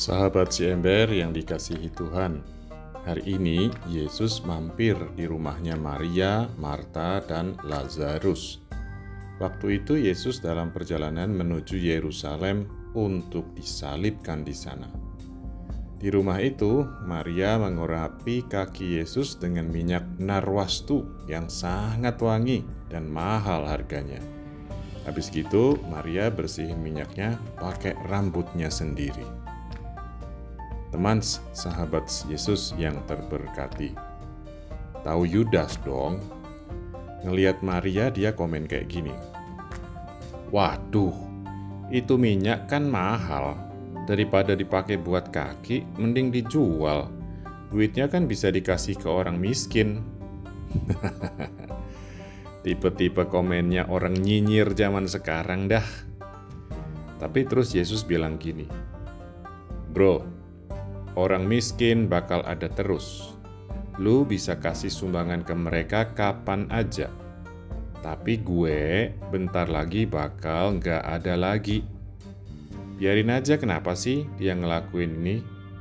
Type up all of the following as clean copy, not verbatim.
Sahabat si ember yang dikasihi Tuhan, hari ini Yesus mampir di rumahnya Maria, Marta, dan Lazarus. Waktu itu Yesus dalam perjalanan menuju Yerusalem untuk disalibkan di sana. Di rumah itu, Maria mengurapi kaki Yesus dengan minyak narwastu yang sangat wangi dan mahal harganya. Habis gitu, Maria bersihin minyaknya pakai rambutnya sendiri. Teman sahabat Yesus yang terberkati, tahu Yudas dong? Ngelihat Maria dia komen kayak gini, "Waduh, itu minyak kan mahal. Daripada dipakai buat kaki, mending dijual. Duitnya kan bisa dikasih ke orang miskin." Tipe-tipe komennya orang nyinyir zaman sekarang dah. Tapi terus Yesus bilang gini, "Bro, orang miskin bakal ada terus. Lu bisa kasih sumbangan ke mereka kapan aja. Tapi gue bentar lagi bakal nggak ada lagi. Biarin aja, kenapa sih dia ngelakuin ini?"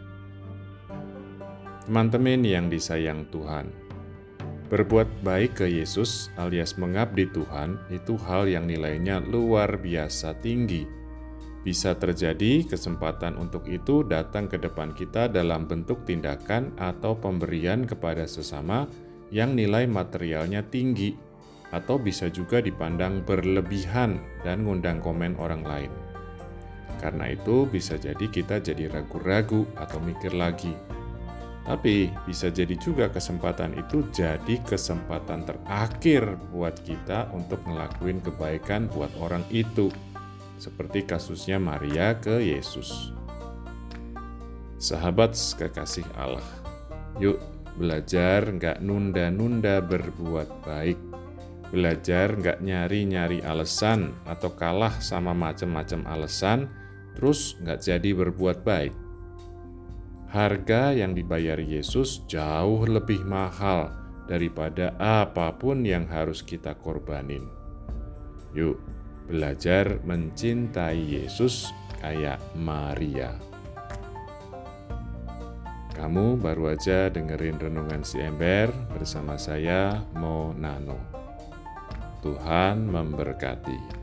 Teman-teman yang disayang Tuhan, berbuat baik ke Yesus alias mengabdi Tuhan itu hal yang nilainya luar biasa tinggi. Bisa terjadi kesempatan untuk itu datang ke depan kita dalam bentuk tindakan atau pemberian kepada sesama yang nilai materialnya tinggi, atau bisa juga dipandang berlebihan dan ngundang komen orang lain. Karena itu bisa jadi kita jadi ragu-ragu atau mikir lagi. Tapi bisa jadi juga kesempatan itu jadi kesempatan terakhir buat kita untuk ngelakuin kebaikan buat orang itu. Seperti kasusnya Maria ke Yesus. Sahabat kekasih Allah, yuk belajar nggak nunda-nunda berbuat baik. Belajar nggak nyari-nyari alasan atau kalah sama macam-macam alasan, terus nggak jadi berbuat baik. Harga yang dibayar Yesus jauh lebih mahal daripada apapun yang harus kita korbanin. Yuk, belajar mencintai Yesus kayak Maria. Kamu baru aja dengerin Renungan Si Ember bersama saya, Mo Nano. Tuhan memberkati.